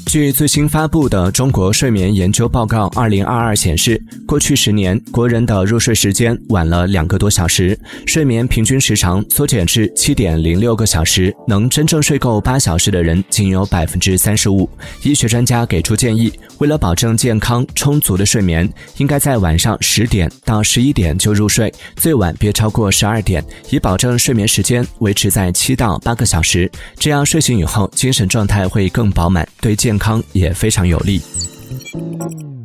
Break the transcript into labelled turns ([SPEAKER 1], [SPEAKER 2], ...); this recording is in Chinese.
[SPEAKER 1] 据最新发布的中国睡眠研究报告2022显示，过去10年，国人的入睡时间晚了2个多小时，睡眠平均时长缩减至 7.06 个小时，能真正睡够8小时的人仅有 35%。医学专家给出建议，为了保证健康充足的睡眠，应该在晚上10点到11点就入睡，最晚别超过12点，以保证睡眠时间维持在7到8个小时，这样睡醒以后精神状态会更饱满，对健康也非常有利。